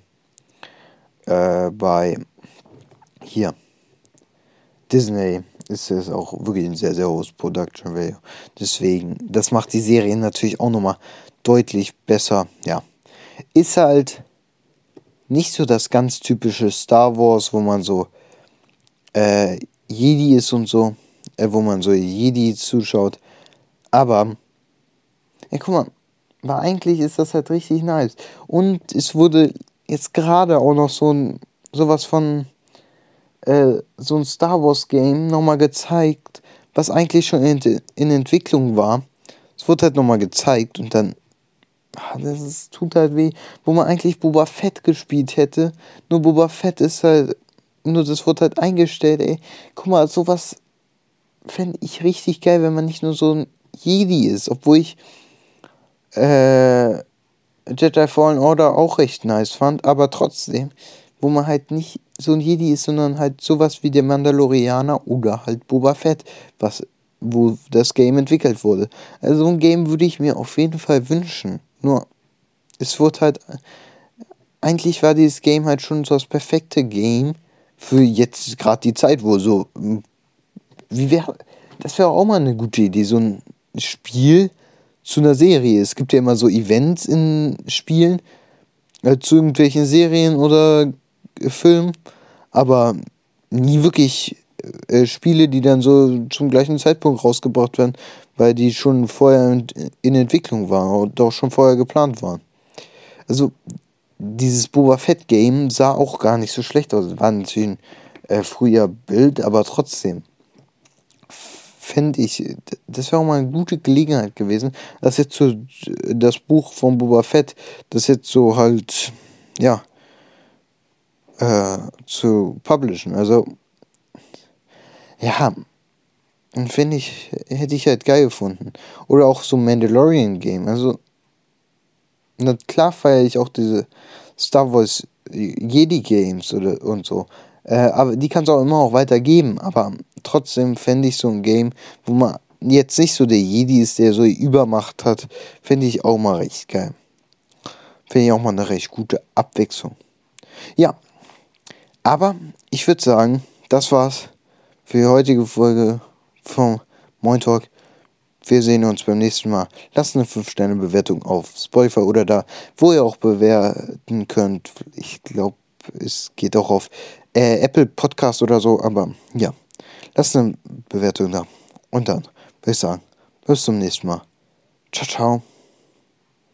Disney. Ist es auch wirklich ein sehr, sehr hohes Production Value. Deswegen, das macht die Serie natürlich auch nochmal deutlich besser. Ja, ist halt nicht so das ganz typische Star Wars, wo man so Jedi ist und so, wo man so Jedi zuschaut. Aber, ja, guck mal, eigentlich ist das halt richtig nice. Und es wurde jetzt gerade auch noch sowas von so ein Star Wars Game nochmal gezeigt, was eigentlich schon in Entwicklung war. Es wurde halt nochmal gezeigt, und dann, tut halt weh, wo man eigentlich Boba Fett gespielt hätte. Nur Boba Fett ist halt, nur das wurde halt eingestellt, ey. Guck mal, sowas fände ich richtig geil, wenn man nicht nur so ein Jedi ist, obwohl ich Jedi Fallen Order auch recht nice fand, aber trotzdem, wo man halt nicht so ein Jedi ist, sondern halt sowas wie der Mandalorianer oder halt Boba Fett, wo das Game entwickelt wurde. Also so ein Game würde ich mir auf jeden Fall wünschen. Nur, es wurde halt, eigentlich war dieses Game halt schon so das perfekte Game für jetzt gerade die Zeit, wo so, das wäre auch mal eine gute Idee, so ein Spiel, zu einer Serie. Es gibt ja immer so Events in Spielen, zu irgendwelchen Serien oder Filmen, aber nie wirklich Spiele, die dann so zum gleichen Zeitpunkt rausgebracht werden, weil die schon vorher in Entwicklung waren und auch schon vorher geplant waren. Also dieses Boba Fett Game sah auch gar nicht so schlecht aus. War natürlich ein früher Bild, aber trotzdem fände ich, das wäre auch mal eine gute Gelegenheit gewesen, dass jetzt so das Buch von Boba Fett, das jetzt so halt, ja, zu publishen. Also, ja, finde ich, hätte ich halt geil gefunden. Oder auch so Mandalorian Game. Also, na klar feiere ich auch diese Star Wars Jedi Games und so. Aber die kann es auch immer auch weitergeben. Aber trotzdem fände ich so ein Game, wo man jetzt nicht so der Jedi ist, der so Übermacht hat, finde ich auch mal recht geil. Finde ich auch mal eine recht gute Abwechslung. Ja, aber ich würde sagen, das war's für die heutige Folge vom Moin Talk. Wir sehen uns beim nächsten Mal. Lasst eine 5-Sterne-Bewertung auf Spotify oder da, wo ihr auch bewerten könnt. Ich glaube, es geht auch auf Apple Podcast oder so, aber ja, lasst eine Bewertung da. Und dann würde ich sagen, bis zum nächsten Mal. Ciao, ciao.